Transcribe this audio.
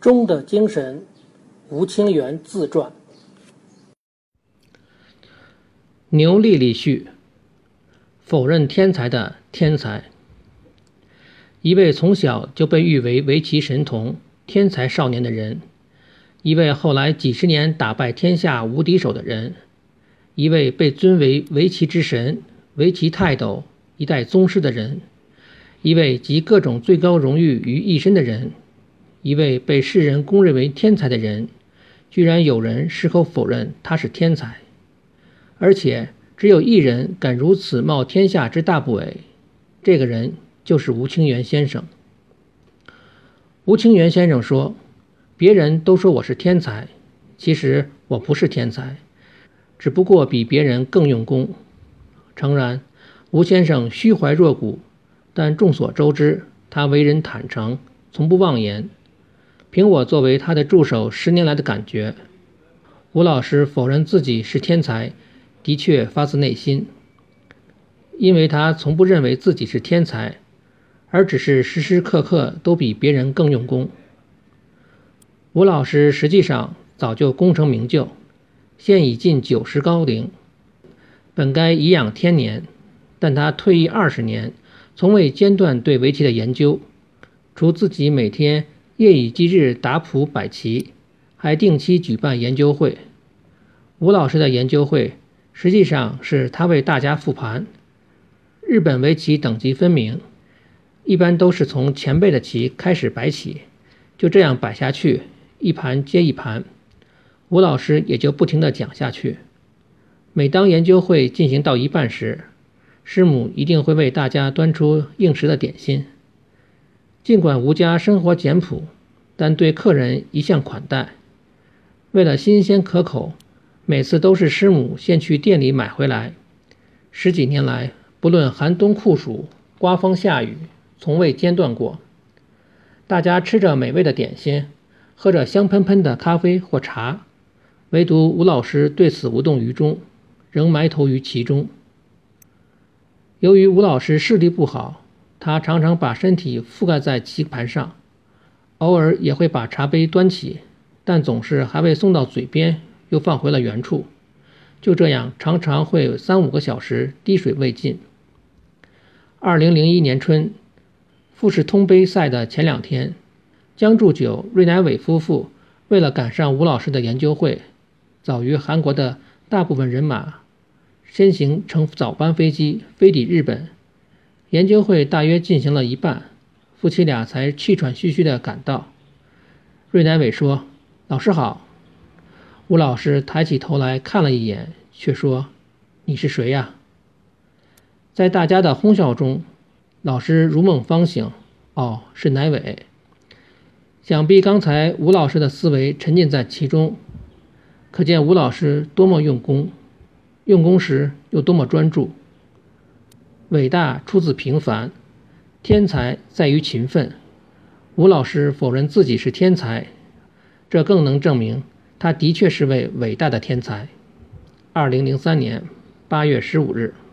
中的精神》吴清源自传。牛莉莉序：否认天才的天才。一位从小就被誉为围棋神童、天才少年的人，一位后来几十年打败天下无敌手的人，一位被尊为围棋之神、围棋泰斗、一代宗师的人，一位集各种最高荣誉于一身的人，一位被世人公认为天才的人，居然有人矢口否认他是天才，而且只有一人敢如此冒天下之大不韪，这个人就是吴清源先生。吴清源先生说，别人都说我是天才，其实我不是天才，只不过比别人更用功。诚然，吴先生虚怀若谷，但众所周知，他为人坦诚，从不妄言。凭我作为他的助手10年来的感觉，吴老师否认自己是天才，的确发自内心，因为他从不认为自己是天才，而只是时时刻刻都比别人更用功。吴老师实际上早就功成名就，现已近90高龄，本该颐养天年，但他退役20年，从未间断对围棋的研究，除自己每天夜以继日打谱摆棋，还定期举办研究会。吴老师的研究会实际上是他为大家复盘。日本围棋等级分明，一般都是从前辈的棋开始摆起，就这样摆下去，一盘接一盘，吴老师也就不停地讲下去。每当研究会进行到一半时，师母一定会为大家端出应时的点心。尽管吴家生活简朴，但对客人一向款待。为了新鲜可口，每次都是师母先去店里买回来。10几年来，不论寒冬酷暑、刮风下雨，从未间断过。大家吃着美味的点心，喝着香喷喷的咖啡或茶，唯独吴老师对此无动于衷，仍埋头于其中。由于吴老师视力不好，他常常把身体覆盖在棋盘上，偶尔也会把茶杯端起，但总是还未送到嘴边又放回了原处，就这样常常会3-5个小时滴水未进。2001年春，富士通杯赛的前2天，江祝久、芮乃伟夫妇为了赶上吴老师的研究会，早于韩国的大部分人马先行乘早班飞机飞抵日本。研究会大约进行了一半，夫妻俩才气喘吁吁地赶到。芮乃伟说：“老师好。”吴老师抬起头来看了一眼，却说：“你是谁呀？”在大家的哄笑中，老师如梦方醒，哦，是乃伟。想必刚才吴老师的思维沉浸在其中，可见吴老师多么用功，用功时又多么专注。伟大出自平凡，天才在于勤奋。吴老师否认自己是天才，这更能证明他的确是位伟大的天才。2003年8月15日。